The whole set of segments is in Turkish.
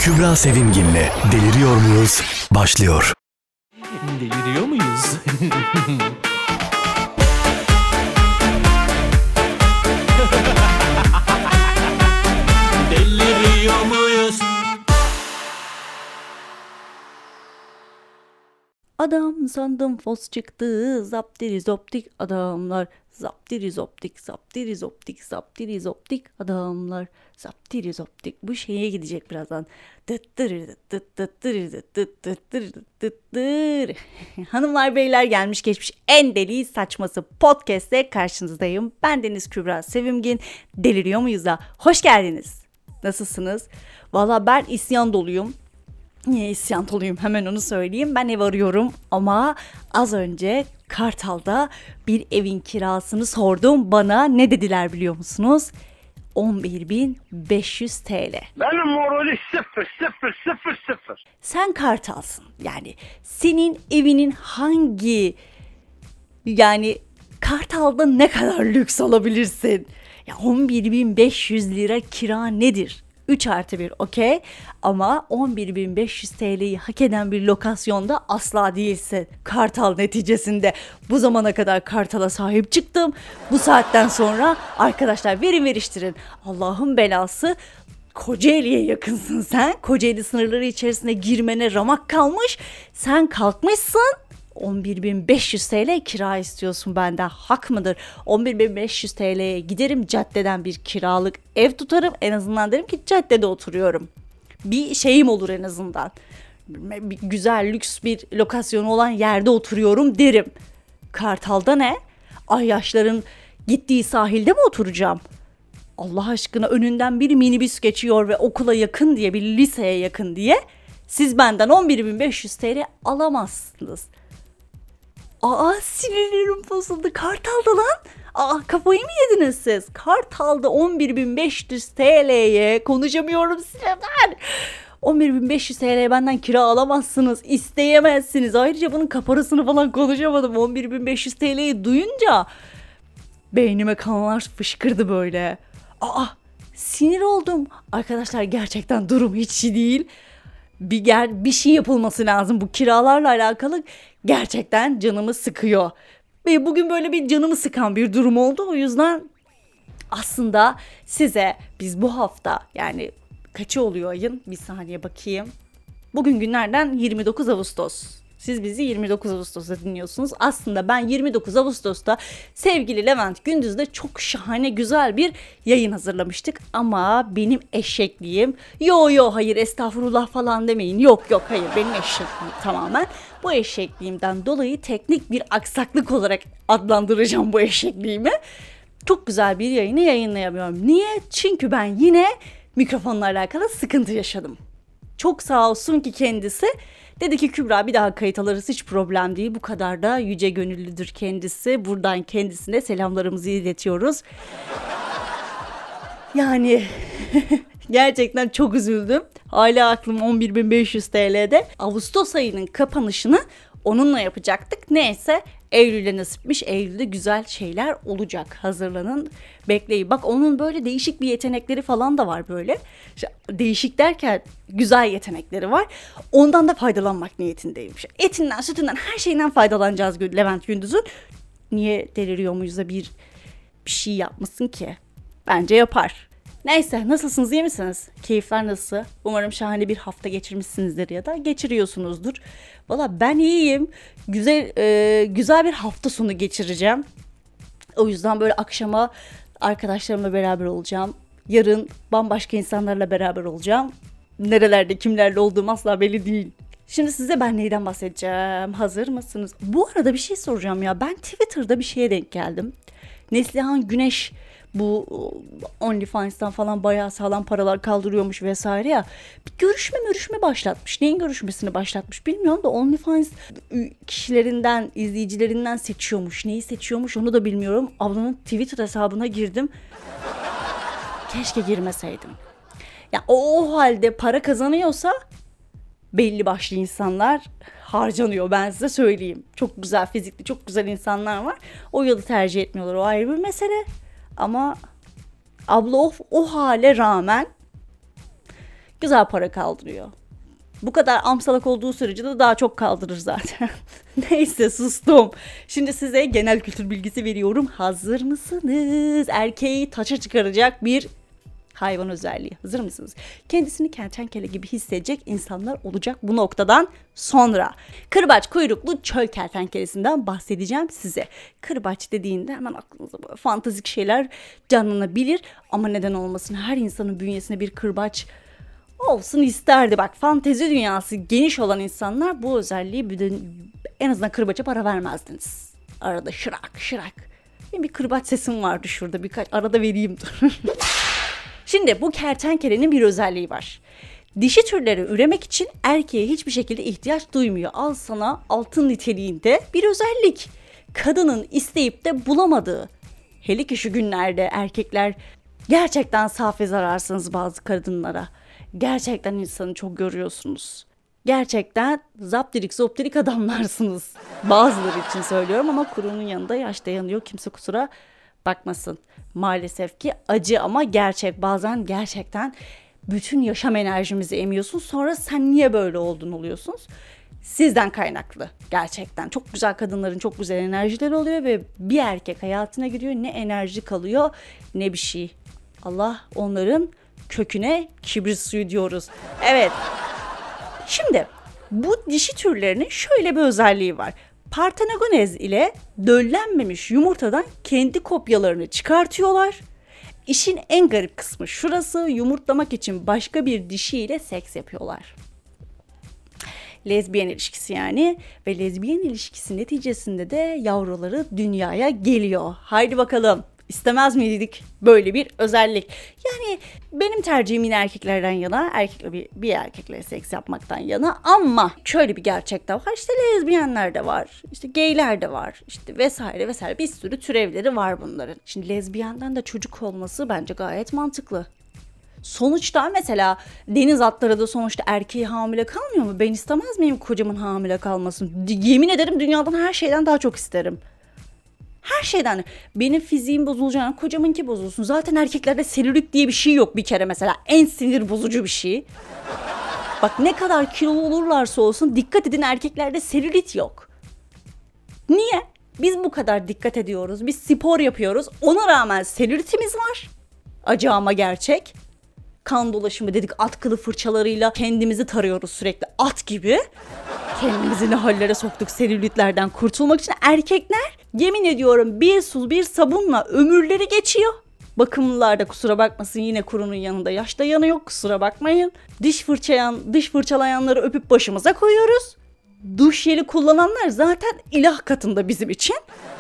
Kübra Sevimgin'le Deliriyor Muyuz? Başlıyor. Deliriyor muyuz? Deliriyor muyuz? Adam sandım fos çıktı, zaptiri zoptik adamlar. Zaptiri zoptik, zaptiri zoptik, zaptiri zoptik adamlar. Zaptiri zoptik. Bu şeye gidecek birazdan. Hanımlar beyler, gelmiş geçmiş en deli saçması podcast'te karşınızdayım. Ben Deniz Kübra Sevimgin. Deliriyor muyuz da? Hoş geldiniz. Nasılsınız? Valla ben isyan doluyum. Niye isyan doluyum, hemen onu söyleyeyim. Ben ev arıyorum ama az önce Kartal'da bir evin kirasını sordum. Bana ne dediler biliyor musunuz? 11.500 TL. Benim morali sıfır. Sen Kartal'sın. Yani senin evinin hangi... Yani Kartal'da ne kadar lüks olabilirsin? Ya 11.500 lira kira nedir? 3+1 okey, ama 11.500 TL'yi hak eden bir lokasyonda asla değilsin. Kartal neticesinde bu zamana kadar Kartal'a sahip çıktım. Bu saatten sonra arkadaşlar verin veriştirin. Allah'ın belası, Kocaeli'ye yakınsın sen. Kocaeli sınırları içerisine girmene ramak kalmış. Sen kalkmışsın. 11.500 TL kira istiyorsun benden, hak mıdır? 11.500 TL'ye giderim, caddeden bir kiralık ev tutarım. En azından derim ki caddede oturuyorum. Bir şeyim olur en azından. Bir güzel lüks bir lokasyonu olan yerde oturuyorum derim. Kartal'da ne? Ayyaşların gittiği sahilde mi oturacağım? Allah aşkına, önünden bir minibüs geçiyor ve okula yakın diye, bir liseye yakın diye siz benden 11.500 TL alamazsınız. Sinirlerim bozuldu. Kartal'da lan. Kafayı mı yediniz siz? Kartal'da 11.500 TL'ye konuşamıyorum sinirden. 11.500 TL'ye benden kira alamazsınız. İsteyemezsiniz. Ayrıca bunun kaparasını falan konuşamadım. 11.500 TL'yi duyunca beynime kanlar fışkırdı böyle. Sinir oldum. Arkadaşlar gerçekten durum hiç iyi değil. Bir şey yapılması lazım. Bu kiralarla alakalı gerçekten canımı sıkıyor. Ve bugün böyle bir canımı sıkan bir durum oldu. O yüzden aslında size biz bu hafta, yani kaçı oluyor ayın? Bir saniye bakayım. Bugün günlerden 29 Ağustos. Siz bizi 29 Ağustos'ta dinliyorsunuz. Aslında ben 29 Ağustos'ta sevgili Levent Gündüz'de çok şahane güzel bir yayın hazırlamıştık. Ama benim eşekliğim, hayır estağfurullah falan demeyin. Yok hayır, benim eşekliğim tamamen. Bu eşekliğimden dolayı teknik bir aksaklık olarak adlandıracağım bu eşekliğimi. Çok güzel bir yayını yayınlayamıyorum. Niye? Çünkü ben yine mikrofonla alakalı sıkıntı yaşadım. Çok sağ olsun ki kendisi dedi ki Kübra, bir daha kayıt alırız, hiç problem değil. Bu kadar da yüce gönüllüdür kendisi. Buradan kendisine selamlarımızı iletiyoruz. Yani gerçekten çok üzüldüm. Hala aklım 11.500 TL'de. Ağustos ayının kapanışını onunla yapacaktık. Neyse, Eylül'e nasipmiş. Eylül'de güzel şeyler olacak. Hazırlanın, bekleyin. Bak, onun böyle değişik bir yetenekleri falan da var böyle. İşte değişik derken güzel yetenekleri var. Ondan da faydalanmak niyetindeyim. İşte etinden, sütünden, her şeyinden faydalanacağız Levent Gündüz'ün. Niye deliriyor muyuz da bir şey yapmasın ki? Bence yapar. Neyse, nasılsınız, iyi misiniz? Keyifler nasıl? Umarım şahane bir hafta geçirmişsinizdir ya da geçiriyorsunuzdur. Valla ben iyiyim. Güzel bir hafta sonu geçireceğim. O yüzden böyle akşama arkadaşlarımla beraber olacağım. Yarın bambaşka insanlarla beraber olacağım. Nerelerde kimlerle olduğum asla belli değil. Şimdi size ben neyden bahsedeceğim? Hazır mısınız? Bu arada bir şey soracağım ya. Ben Twitter'da bir şeye denk geldim. Neslihan Güneş bu OnlyFans'tan falan bayağı sağlam paralar kaldırıyormuş vesaire ya. Bir görüşme başlatmış. Neyin görüşmesini başlatmış bilmiyorum da OnlyFans kişilerinden, izleyicilerinden seçiyormuş. Neyi seçiyormuş onu da bilmiyorum. Ablanın Twitter hesabına girdim. Keşke girmeseydim. Ya o halde para kazanıyorsa belli başlı insanlar harcanıyor, ben size söyleyeyim. Çok güzel fizikli, çok güzel insanlar var. O yolu tercih etmiyorlar, o ayrı bir mesele. Ama abla o hale rağmen Güzel para kaldırıyor. Bu kadar amsalak olduğu sürece de daha çok kaldırır zaten. Neyse sustum. Şimdi size genel kültür bilgisi veriyorum. Hazır mısınız? Erkeği taça çıkaracak bir hayvan özelliği. Hazır mısınız? Kendisini kertenkele gibi hissedecek insanlar olacak bu noktadan sonra. Kırbaç kuyruklu çöl kertenkelesinden bahsedeceğim size. Kırbaç dediğinde hemen aklınıza böyle fantastik şeyler canlanabilir. Ama neden olmasın? Her insanın bünyesine bir kırbaç olsun isterdi. Bak, fantezi dünyası geniş olan insanlar bu özelliği en azından kırbaça para vermezdiniz. Arada şırak şırak. Benim bir kırbaç sesim vardı şurada, birkaç arada vereyim dur. Şimdi bu kertenkelenin bir özelliği var. Dişi türleri üremek için erkeğe hiçbir şekilde ihtiyaç duymuyor. Al sana altın niteliğinde bir özellik. Kadının isteyip de bulamadığı. Hele ki şu günlerde erkekler gerçekten saf ve zararsınız bazı kadınlara. Gerçekten insanı çok görüyorsunuz. Gerçekten zaptirik zoptirik adamlarsınız. Bazıları için söylüyorum ama kurunun yanında yaş dayanıyor. Kimse kusura bakmasın. Maalesef ki acı ama gerçek. Bazen gerçekten bütün yaşam enerjimizi emiyorsun. Sonra sen niye böyle oldun oluyorsunuz. Sizden kaynaklı gerçekten. Çok güzel kadınların çok güzel enerjileri oluyor ve bir erkek hayatına giriyor. Ne enerji kalıyor ne bir şey. Allah onların köküne kibrit suyu diyoruz. Evet. Şimdi bu dişi türlerinin şöyle bir özelliği var. Partenogonez ile döllenmemiş yumurtadan kendi kopyalarını çıkartıyorlar. İşin en garip kısmı şurası, yumurtlamak için başka bir dişiyle seks yapıyorlar. Lezbiyen ilişkisi yani ve lezbiyen ilişkisi neticesinde de yavruları dünyaya geliyor. Haydi bakalım. İstemez miydik böyle bir özellik? Yani benim tercihim yine erkeklerden yana, bir erkekle seks yapmaktan yana, ama şöyle bir gerçek de var. İşte lezbiyenler de var, işte gayler de var, işte vesaire vesaire, bir sürü türevleri var bunların. Şimdi lezbiyenden de çocuk olması bence gayet mantıklı. Sonuçta mesela deniz atları da sonuçta erkeği hamile kalmıyor mu? Ben istemez miyim kocamın hamile kalmasını? Yemin ederim dünyadan her şeyden daha çok isterim. Her şeyden. Benim fiziğim bozulacağına kocamınki bozulsun. Zaten erkeklerde selülit diye bir şey yok bir kere mesela. En sinir bozucu bir şey. Bak, ne kadar kilolu olurlarsa olsun dikkat edin, erkeklerde selülit yok. Niye? Biz bu kadar dikkat ediyoruz. Biz spor yapıyoruz. Ona rağmen selülitimiz var. Acı ama gerçek. Kan dolaşımı dedik, at kılı fırçalarıyla kendimizi tarıyoruz sürekli at gibi. Kendimizi ne hallere soktuk selülitlerden kurtulmak için. Erkekler yemin ediyorum bir su bir sabunla ömürleri geçiyor. Bakımlılar da kusura bakmasın, yine kurunun yanında yaş dayanıyor, kusura bakmayın. Diş fırçalayanları öpüp başımıza koyuyoruz. Duş jeli kullananlar zaten ilah katında bizim için.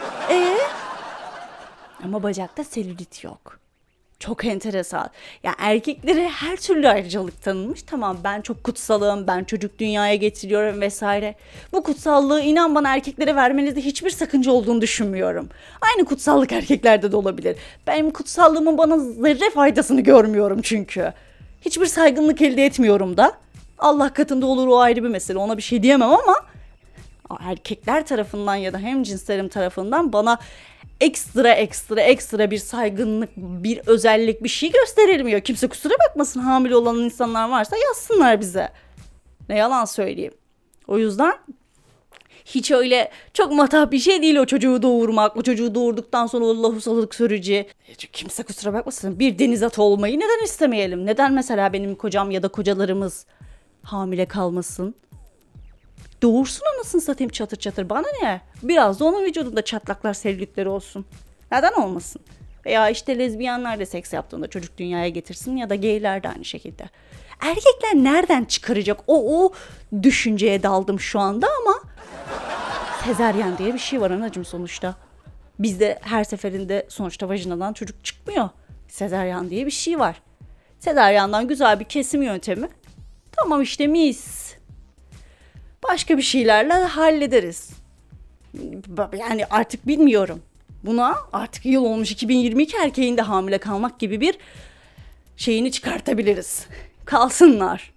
Ama bacakta selülit yok. Çok enteresan. Ya erkeklere her türlü ayrıcalık tanınmış. Tamam, ben çok kutsalım, ben çocuk dünyaya getiriyorum vesaire. Bu kutsallığı inan bana erkeklere vermenizde hiçbir sakınca olduğunu düşünmüyorum. Aynı kutsallık erkeklerde de olabilir. Benim kutsallığımın bana zerre faydasını görmüyorum çünkü. Hiçbir saygınlık elde etmiyorum da. Allah katında olur, o ayrı bir mesele, ona bir şey diyemem ama erkekler tarafından ya da hemcinslerim tarafından bana ekstra bir saygınlık, bir özellik, bir şey gösterilmiyor. Kimse kusura bakmasın, hamile olan insanlar varsa yazsınlar bize. Ne yalan söyleyeyim. O yüzden hiç öyle çok matah bir şey değil o çocuğu doğurmak. O çocuğu doğurduktan sonra o lahusalık süreci. Kimse kusura bakmasın, bir deniz atı olmayı neden istemeyelim? Neden mesela benim kocam ya da kocalarımız hamile kalmasın? Doğursun anasını satayım çatır çatır, bana ne? Biraz da onun vücudunda çatlaklar, selülitleri olsun. Neden olmasın? Veya işte lezbiyenler de seks yaptığında çocuk dünyaya getirsin ya da gayler de aynı şekilde. Erkekler nereden çıkaracak o düşünceye daldım şu anda ama sezaryen diye bir şey var anacığım sonuçta. Bizde her seferinde sonuçta vajinadan çocuk çıkmıyor. Sezaryen diye bir şey var. Sezaryendan güzel bir kesim yöntemi. Tamam işte, mis. Başka bir şeylerle hallederiz. Yani artık bilmiyorum. Buna artık yıl olmuş 2022, erkeğin de hamile kalmak gibi bir şeyini çıkartabiliriz. Kalsınlar.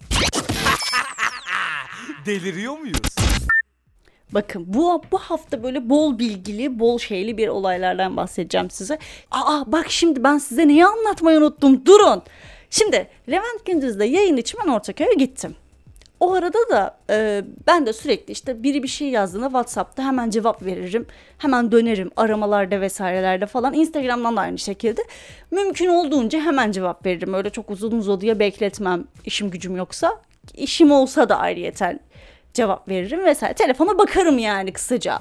Deliriyor muyuz? Bakın bu hafta böyle bol bilgili, bol şeyli bir olaylardan bahsedeceğim size. Bak şimdi ben size neyi anlatmayı unuttum. Durun. Şimdi Levent Gündüz'de yayın için ben Ortaköy'e gittim. O arada da ben de sürekli işte biri bir şey yazdığında WhatsApp'ta hemen cevap veririm. Hemen dönerim aramalarda vesairelerde falan. Instagram'dan da aynı şekilde. Mümkün olduğunca hemen cevap veririm. Öyle çok uzun uzadıya bekletmem işim gücüm yoksa. İşim olsa da ayrıyeten cevap veririm vesaire. Telefona bakarım yani kısaca.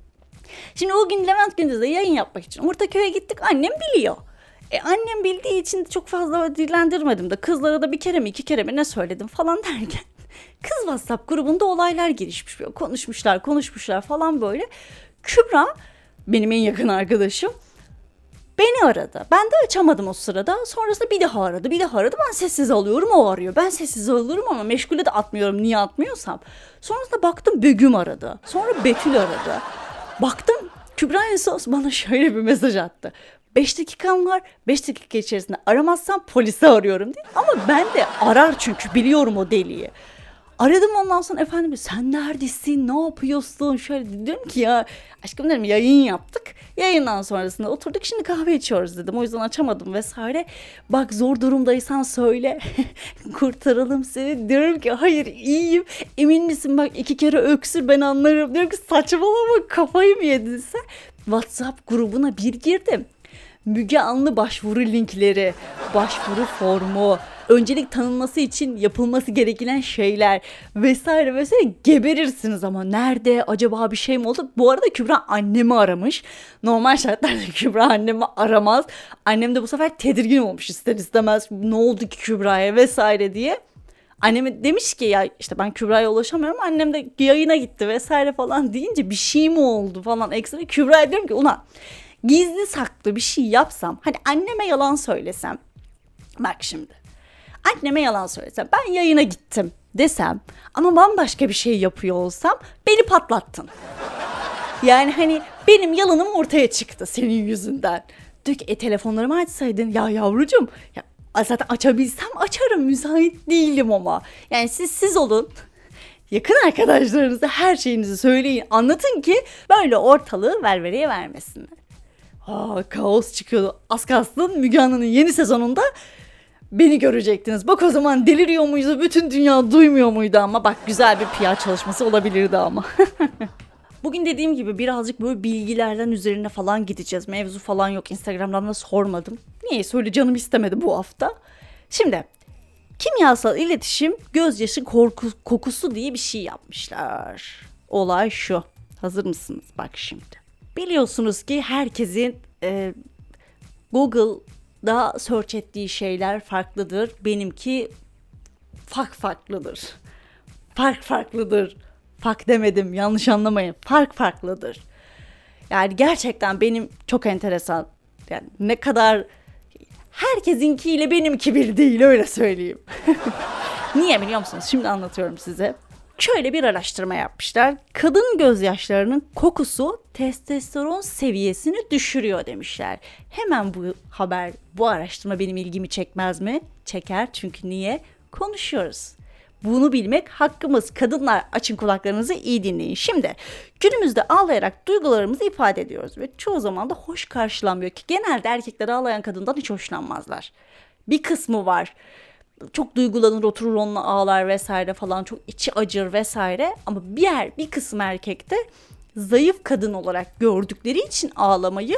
Şimdi o gün Levent Gündüz'de yayın yapmak için Ortaköy'e gittik. Annem biliyor. Annem bildiği için çok fazla dillendirmedim de kızlara da bir kere mi 2 kere mi ne söyledim falan derken kız WhatsApp grubunda olaylar gelişmiş. Böyle konuşmuşlar falan böyle. Kübra benim en yakın arkadaşım beni aradı. Ben de açamadım o sırada. Sonrasında bir daha aradı. Ben sessiz alıyorum, o arıyor. Ben sessiz alıyorum ama meşgule de atmıyorum. Niye atmıyorsam. Sonrasında baktım Begüm aradı. Sonra Betül aradı. Baktım Kübra en son bana şöyle bir mesaj attı. 5 dakikam var. 5 dakika içerisinde aramazsam polisi arıyorum diye. Ama ben de arar çünkü biliyorum o deliği. Aradım ondan sonra efendim sen neredesin, ne yapıyorsun? Şöyle diyorum ki ya aşkım dedim yayın yaptık. Yayından sonrasında oturduk şimdi kahve içiyoruz dedim. O yüzden açamadım vesaire. Bak zor durumdaysan söyle kurtaralım seni. Diyorum ki hayır iyiyim. Emin misin bak 2 kere öksür ben anlarım. Diyorum ki saçmalama kafayı mı yedin sen? WhatsApp grubuna bir girdim. Müge Anlı başvuru linkleri, başvuru formu, öncelik tanınması için yapılması gereken şeyler vesaire geberirsiniz ama nerede acaba bir şey mi oldu? Bu arada Kübra annemi aramış. Normal şartlarda Kübra annemi aramaz. Annem de bu sefer tedirgin olmuş ister istemez ne oldu ki Kübra'ya vesaire diye. Anneme demiş ki ya işte ben Kübra'ya ulaşamıyorum. Annem de yayına gitti vesaire falan deyince bir şey mi oldu falan ekstra. Kübra'ya diyorum ki ulan gizli saklı bir şey yapsam hani anneme yalan söylesem bak şimdi anneme yalan söylesem ben yayına gittim desem ama bambaşka bir şey yapıyor olsam beni patlattın. Yani hani benim yalanım ortaya çıktı senin yüzünden. Diyor ki telefonlarımı açsaydın ya yavrucuğum ya zaten açabilsem açarım müsait değilim ama. Yani siz olun. Yakın arkadaşlarınıza her şeyinizi söyleyin anlatın ki böyle ortalığı velveleye vermesinler. Kaos çıkıyordu. Az kalsın Müge Anlı'nın yeni sezonunda beni görecektiniz. Bak o zaman deliriyor muydu? Bütün dünya duymuyor muydu ama? Bak güzel bir PR çalışması olabilirdi ama. Bugün dediğim gibi birazcık böyle bilgilerden üzerine falan gideceğiz. Mevzu falan yok. Instagram'dan da sormadım. Niye? Söyle canım istemedi bu hafta. Şimdi kimyasal iletişim gözyaşı kokusu diye bir şey yapmışlar. Olay şu. Hazır mısınız? Bak şimdi. Biliyorsunuz ki herkesin Google'da search ettiği şeyler farklıdır. Benimki farklıdır. Farklıdır. Fark demedim yanlış anlamayın. Farklıdır. Yani gerçekten benim çok enteresan. Yani ne kadar herkesinkiyle benimki bir değil öyle söyleyeyim. Niye biliyor musunuz? Şimdi anlatıyorum size. Şöyle bir araştırma yapmışlar. Kadın gözyaşlarının kokusu testosteron seviyesini düşürüyor demişler. Hemen bu araştırma benim ilgimi çekmez mi? Çeker çünkü niye? Konuşuyoruz. Bunu bilmek hakkımız. Kadınlar açın kulaklarınızı iyi dinleyin. Şimdi günümüzde ağlayarak duygularımızı ifade ediyoruz ve çoğu zaman da hoş karşılanmıyor ki genelde erkekler ağlayan kadından hiç hoşlanmazlar. Bir kısmı var. Çok duygulanır oturur onunla ağlar vesaire falan çok içi acır vesaire ama bir kısım erkekte zayıf kadın olarak gördükleri için ağlamayı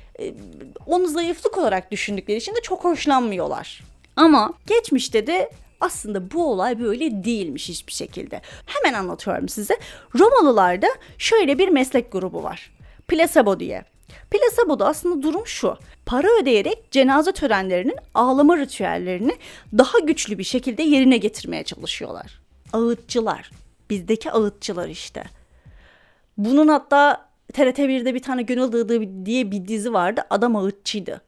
onu zayıflık olarak düşündükleri için de çok hoşlanmıyorlar. Ama geçmişte de aslında bu olay böyle değilmiş hiçbir şekilde. Hemen anlatıyorum size. Romalılarda şöyle bir meslek grubu var. Plasebo diye. Plasebo'da aslında durum şu. Para ödeyerek cenaze törenlerinin ağlama ritüellerini daha güçlü bir şekilde yerine getirmeye çalışıyorlar. Ağıtçılar. Bizdeki ağıtçılar işte. Bunun hatta TRT1'de bir tane Gönül Dağı diye bir dizi vardı. Adam ağıtçıydı.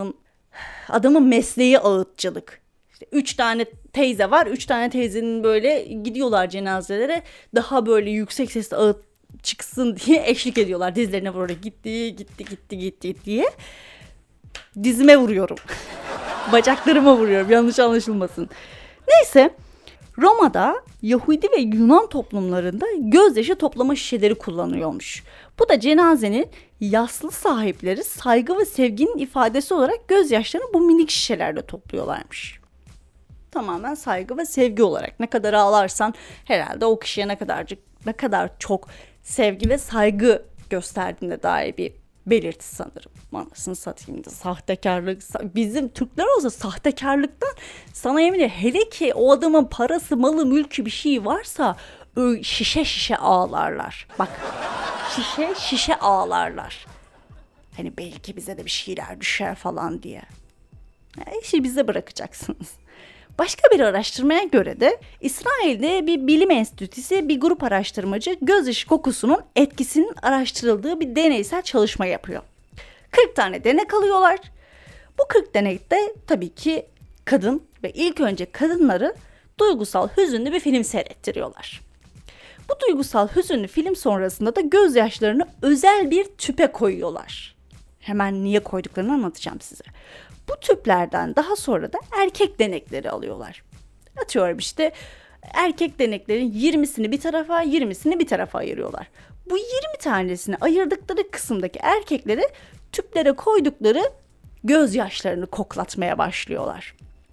Adamın mesleği ağıtçılık. İşte 3 tane teyze var. 3 tane teyzenin böyle gidiyorlar cenazelere. Daha böyle yüksek sesle ağıt çıksın diye eşlik ediyorlar. Dizlerine vurarak gitti diye. Dizime vuruyorum. Bacaklarıma vuruyorum. Yanlış anlaşılmasın. Neyse. Roma'da Yahudi ve Yunan toplumlarında gözyaşı toplama şişeleri kullanıyormuş. Bu da cenazenin yaslı sahipleri saygı ve sevginin ifadesi olarak gözyaşlarını bu minik şişelerde topluyorlarmış. Tamamen saygı ve sevgi olarak. Ne kadar ağlarsan herhalde o kişiye ne kadar çok sevgi ve saygı gösterdiğine dair bir belirti sanırım. Anasını satayım da sahtekarlık. Bizim Türkler olsa sahtekarlıktan sana yemin ederim, hele ki o adamın parası, malı, mülkü bir şey varsa şişe şişe ağlarlar. Bak, şişe şişe ağlarlar. Hani belki bize de bir şeyler düşer falan diye. İşi bize bırakacaksınız. Başka bir araştırmaya göre de İsrail'de bir bilim enstitüsü bir grup araştırmacı gözyaşı kokusunun etkisinin araştırıldığı bir deneysel çalışma yapıyor. 40 tane denek alıyorlar. Bu 40 denekte tabii ki kadın ve ilk önce kadınları duygusal, hüzünlü bir film seyrettiriyorlar. Bu duygusal, hüzünlü film sonrasında da gözyaşlarını özel bir tüpe koyuyorlar. Hemen niye koyduklarını anlatacağım size. Bu tüplerden daha sonra da erkek denekleri alıyorlar. Atıyorum işte erkek deneklerin 20'sini bir tarafa, 20'sini bir tarafa ayırıyorlar. Bu 20 tanesini ayırdıkları kısımdaki erkekleri tüplere koydukları gözyaşlarını koklatmaya başlıyorlar.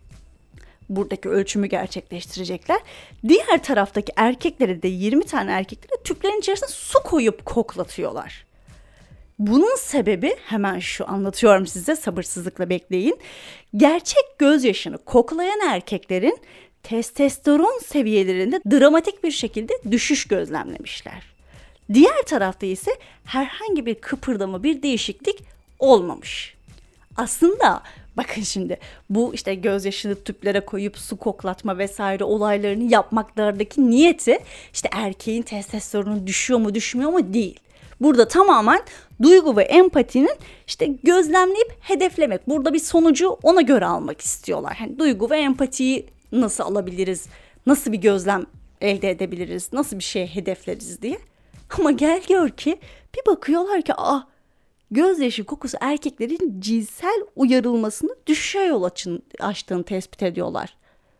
Buradaki ölçümü gerçekleştirecekler. Diğer taraftaki erkeklere de 20 tane erkeklere tüplerin içerisine su koyup koklatıyorlar. Bunun sebebi hemen şu, anlatıyorum size, sabırsızlıkla bekleyin. Gerçek gözyaşını koklayan erkeklerin testosteron seviyelerinde dramatik bir şekilde düşüş gözlemlemişler. Diğer tarafta ise herhangi bir kıpırdama, bir değişiklik olmamış. Aslında bakın şimdi bu işte gözyaşını tüplere koyup su koklatma vesaire olaylarını yapmaklardaki niyeti işte erkeğin testosteronu düşüyor mu düşmüyor mu değil. Burada tamamen duygu ve empatinin işte gözlemleyip hedeflemek. Burada bir sonucu ona göre almak istiyorlar. Yani duygu ve empatiyi nasıl alabiliriz? Nasıl bir gözlem elde edebiliriz? Nasıl bir şey hedefleriz diye. Ama gel gör ki bir bakıyorlar ki gözyaşı kokusu erkeklerin cinsel uyarılmasını düşüşe yol açtığını tespit ediyorlar.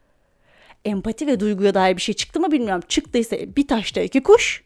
Empati ve duyguya dair bir şey çıktı mı bilmiyorum. Çıktıysa bir taşta iki kuş.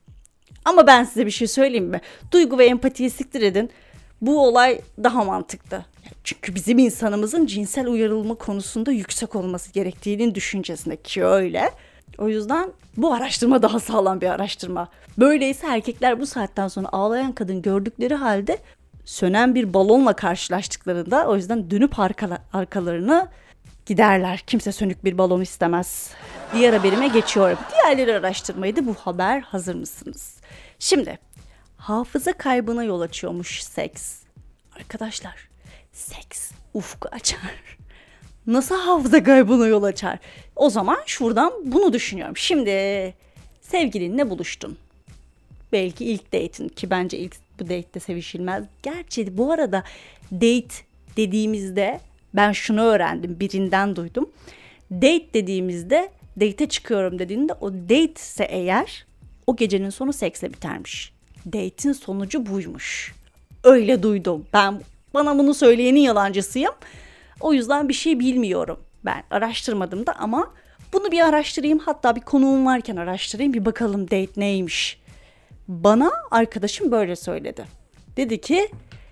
Ama ben size bir şey söyleyeyim mi? Duygu ve empatiyi siktir edin. Bu olay daha mantıklı. Çünkü bizim insanımızın cinsel uyarılma konusunda yüksek olması gerektiğinin düşüncesinde ki öyle. O yüzden bu araştırma daha sağlam bir araştırma. Böyleyse erkekler bu saatten sonra ağlayan kadın gördükleri halde sönen bir balonla karşılaştıklarında o yüzden dönüp arkalarını giderler. Kimse sönük bir balon istemez. Diğer haberime geçiyorum. Diğerleri araştırmaydı. Bu haber, hazır mısınız? Şimdi hafıza kaybına yol açıyormuş seks. Arkadaşlar, seks ufku açar. Nasıl hafıza kaybına yol açar? O zaman şuradan bunu düşünüyorum. Şimdi sevgilinle buluştun. Belki ilk date'in, ki bence ilk bu date'de sevişilmez. Gerçi bu arada date dediğimizde ben şunu öğrendim, birinden duydum. Date dediğimizde, date'e çıkıyorum dediğinde o date ise eğer o gecenin sonu seksle bitermiş. Date'in sonucu buymuş. Öyle duydum. Bana bunu söyleyenin yalancısıyım. O yüzden bir şey bilmiyorum. Ben araştırmadım da ama bunu bir araştırayım. Hatta bir konuğum varken araştırayım. Bir bakalım date neymiş. Bana arkadaşım böyle söyledi. Dedi ki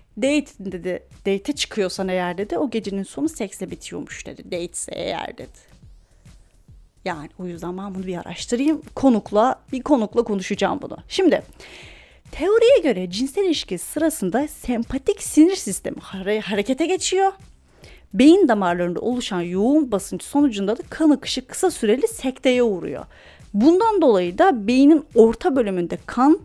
date'e çıkıyorsan eğer dedi o gecenin sonu seksle bitiyormuş dedi. Date ise eğer dedi. Yani o yüzden ben bunu bir araştırayım. Bir konukla konuşacağım bunu. Şimdi teoriye göre cinsel ilişki sırasında sempatik sinir sistemi harekete geçiyor. Beyin damarlarında oluşan yoğun basınç sonucunda da kan akışı kısa süreli sekteye uğruyor. Bundan dolayı da beynin orta bölümünde kan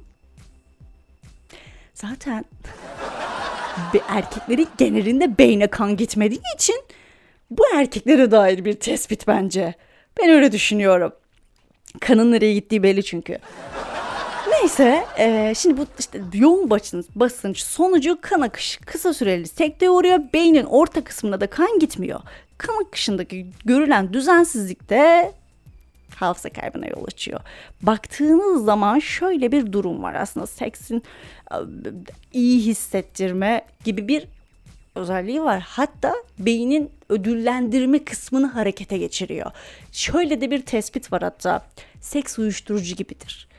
zaten erkeklerin genelinde beyne kan gitmediği için bu erkeklere dair bir tespit bence. Ben öyle düşünüyorum. Kanın nereye gittiği belli çünkü. Neyse şimdi bu işte yoğun basınç sonucu kan akışı kısa süreli sekteye uğruyor. Beynin orta kısmına da kan gitmiyor. Kan akışındaki görülen düzensizlik de hafıza kaybına yol açıyor. Baktığınız zaman şöyle bir durum var aslında, seksin iyi hissettirme gibi bir özelliği var. Hatta beynin ödüllendirme kısmını harekete geçiriyor. Şöyle de bir tespit var hatta. Seks uyuşturucu gibidir.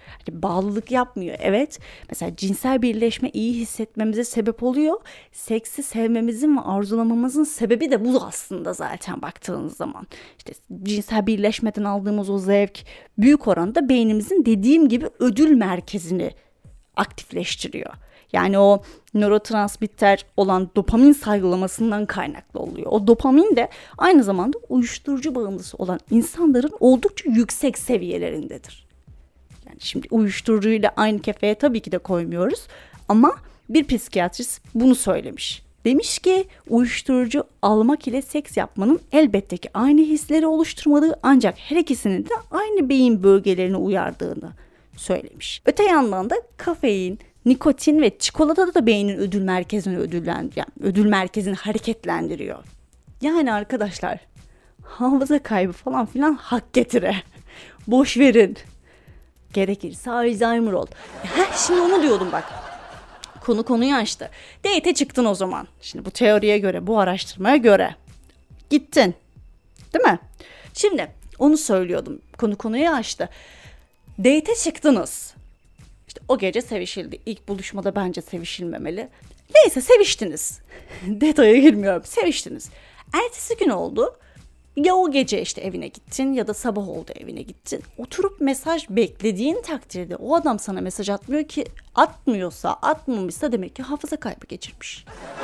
Hani bağlılık yapmıyor. Evet, mesela cinsel birleşme iyi hissetmemize sebep oluyor. Seksi sevmemizin ve arzulamamızın sebebi de bu aslında zaten baktığınız zaman. İşte cinsel birleşmeden aldığımız o zevk büyük oranda beynimizin dediğim gibi ödül merkezini aktifleştiriyor. Yani o nörotransmitter olan dopamin salgılamasından kaynaklı oluyor. O dopamin de aynı zamanda uyuşturucu bağımlısı olan insanların oldukça yüksek seviyelerindedir. Yani şimdi uyuşturucuyla aynı kefeye tabii ki de koymuyoruz ama bir psikiyatrist bunu söylemiş. Demiş ki uyuşturucu almak ile seks yapmanın elbette ki aynı hisleri oluşturmadığı ancak her ikisinin de aynı beyin bölgelerini uyardığını söylemiş. Öte yandan da kafein, nikotin ve çikolata da beynin ödül merkezini hareketlendiriyor. Yani arkadaşlar hafıza kaybı falan filan hak getire. Boş verin. Gerekirse Alzheimer ol. Şimdi onu diyordum bak. Konuyu açtı. Date'e çıktın o zaman. Şimdi bu teoriye göre, bu araştırmaya göre. Gittin. Değil mi? Şimdi onu söylüyordum. Konuyu açtı. Date'e çıktınız. İşte o gece sevişildi. İlk buluşmada bence sevişilmemeli. Neyse seviştiniz. Detaya girmiyorum. Seviştiniz. Ertesi gün oldu. Ya o gece işte evine gittin ya da sabah oldu evine gittin. Oturup mesaj beklediğin takdirde o adam sana mesaj atmıyor ki, atmamışsa demek ki hafıza kaybı geçirmiş.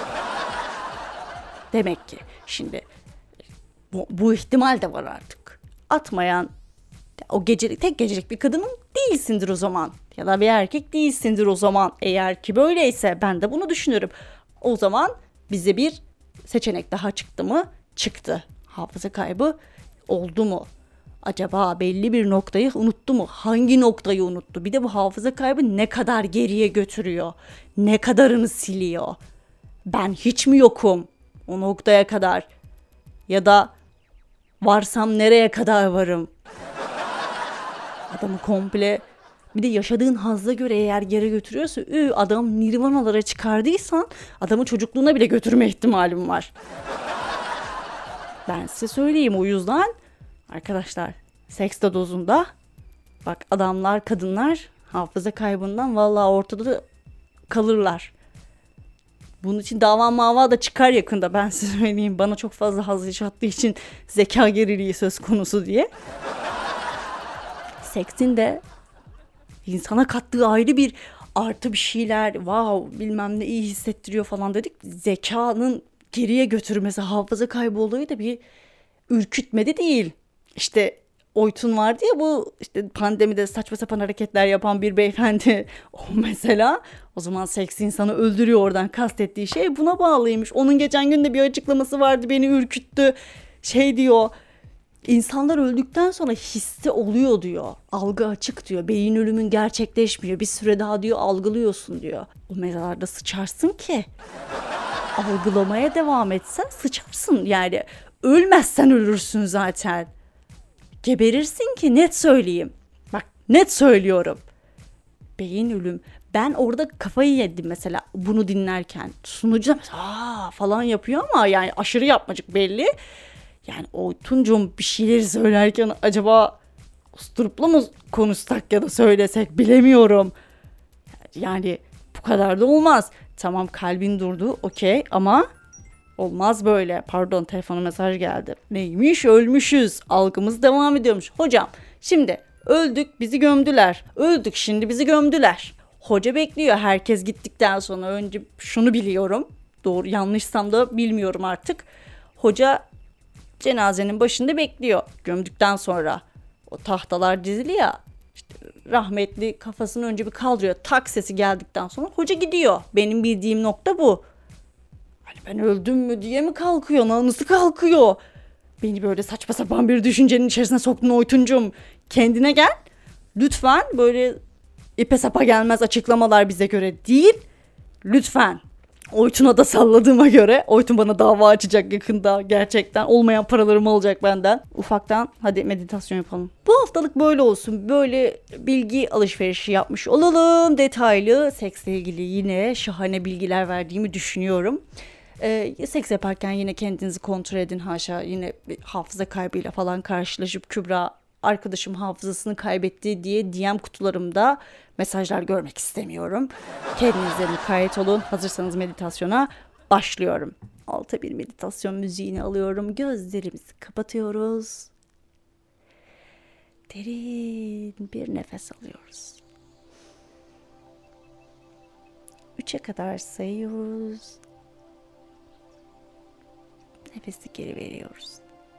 Demek ki şimdi bu ihtimal de var artık. Atmayan o tek gecelik bir kadının değilsindir o zaman. Ya da bir erkek değilsindir o zaman. Eğer ki böyleyse ben de bunu düşünürüm. O zaman bize bir seçenek daha çıktı mı? Çıktı. Hafıza kaybı oldu mu? Acaba belli bir noktayı unuttu mu? Hangi noktayı unuttu? Bir de bu hafıza kaybı ne kadar geriye götürüyor? Ne kadarını siliyor? Ben hiç mi yokum o noktaya kadar? Ya da varsam nereye kadar varım? Adamı komple bir de yaşadığın hazza göre eğer geri götürüyorsa adam nirvanalara çıkardıysan adamı çocukluğuna bile götürme ihtimalim var. Ben size söyleyeyim o yüzden arkadaşlar seks de dozunda bak adamlar kadınlar hafıza kaybından vallahi ortada kalırlar. Bunun için dava da çıkar yakında ben size söyleyeyim. Bana çok fazla haz yaşattığı için zeka geriliği söz konusu diye. Seksin de insana kattığı ayrı bir artı bir şeyler bilmem ne iyi hissettiriyor falan dedik. Zekanın geriye götürmesi hafıza kaybı olayı da bir ürkütmedi değil. İşte Oytun vardı ya bu işte pandemide saçma sapan hareketler yapan bir beyefendi. O mesela o zaman seks insanı öldürüyor oradan kastettiği şey buna bağlıymış. Onun geçen gün de bir açıklaması vardı beni ürküttü. Diyor İnsanlar öldükten sonra hissi oluyor diyor. Algı açık diyor. Beyin ölümün gerçekleşmiyor. Bir süre daha diyor algılıyorsun diyor. O mezarda sıçarsın ki. Algılamaya devam etsen sıçarsın. Yani ölmezsen ölürsün zaten. Geberirsin ki net söyleyeyim. Bak net söylüyorum. Beyin ölüm. Ben orada kafayı yedim mesela bunu dinlerken. Sunucu da mesela falan yapıyor ama yani aşırı yapmacık belli. Yani o Tuncum bir şeyleri söylerken acaba usturuplu mu konuşsak ya da söylesek bilemiyorum. Yani bu kadar da olmaz. Tamam kalbin durdu okey ama olmaz böyle. Pardon telefona mesaj geldi. Neymiş ölmüşüz algımız devam ediyormuş. Hocam şimdi öldük bizi gömdüler. Öldük şimdi bizi gömdüler. Hoca bekliyor herkes gittikten sonra önce şunu biliyorum. Doğru yanlışsam da bilmiyorum artık. Hoca cenazenin başında bekliyor. Gömdükten sonra o tahtalar dizili ya. İşte rahmetli kafasını önce bir kaldırıyor. Tak sesi geldikten sonra hoca gidiyor. Benim bildiğim nokta bu. Hani ben öldüm mü diye mi kalkıyor? Nasıl kalkıyor? Beni böyle saçma sapan bir düşüncenin içerisine soktun Oytuncum. Kendine gel. Lütfen böyle ipe sapa gelmez açıklamalar bize göre değil. Lütfen. Oytun'a da salladığıma göre Oytun bana dava açacak yakında gerçekten. Olmayan paralarımı alacak benden. Ufaktan hadi meditasyon yapalım. Bu haftalık böyle olsun. Böyle bilgi alışverişi yapmış olalım. Detaylı seksle ilgili yine şahane bilgiler verdiğimi düşünüyorum. Seks yaparken yine kendinizi kontrol edin haşa. Yine bir hafıza kaybıyla falan karşılaşıp Kübra arkadaşım hafızasını kaybetti diye DM kutularımda mesajlar görmek istemiyorum. Kendinize mukayyet olun. Hazırsanız meditasyona başlıyorum. Alta bir meditasyon müziğini alıyorum. Gözlerimizi kapatıyoruz. Derin bir nefes alıyoruz. 3'e kadar sayıyoruz. Nefesi geri veriyoruz.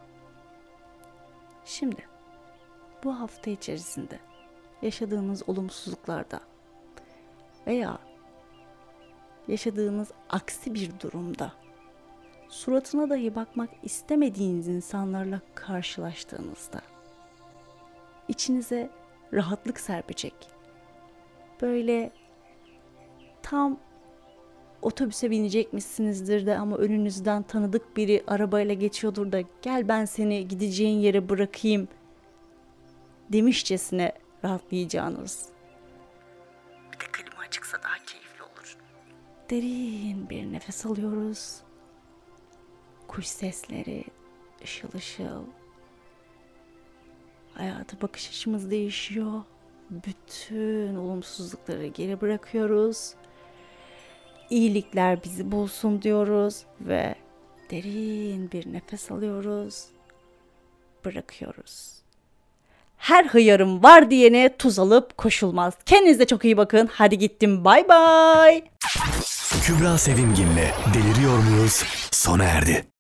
Şimdi bu hafta içerisinde yaşadığınız olumsuzluklarda veya yaşadığınız aksi bir durumda suratına dahi bakmak istemediğiniz insanlarla karşılaştığınızda içinize rahatlık serpecek, böyle tam otobüse binecekmişsinizdir de ama önünüzden tanıdık biri arabayla geçiyordur da gel ben seni gideceğin yere bırakayım demişçesine rahatlayacağınız. Bir de klima açıksa daha keyifli olur. Derin bir nefes alıyoruz. Kuş sesleri, ışıl ışıl. Hayata bakış açımız değişiyor. Bütün olumsuzlukları geri bırakıyoruz. İyilikler bizi bulsun diyoruz ve derin bir nefes alıyoruz. Bırakıyoruz. Her hıyarım var diyene tuz alıp koşulmaz. Kendinize çok iyi bakın. Hadi gittim. Bay bay. Kübra Sevimgin'le Deliriyor Muyuz sona erdi.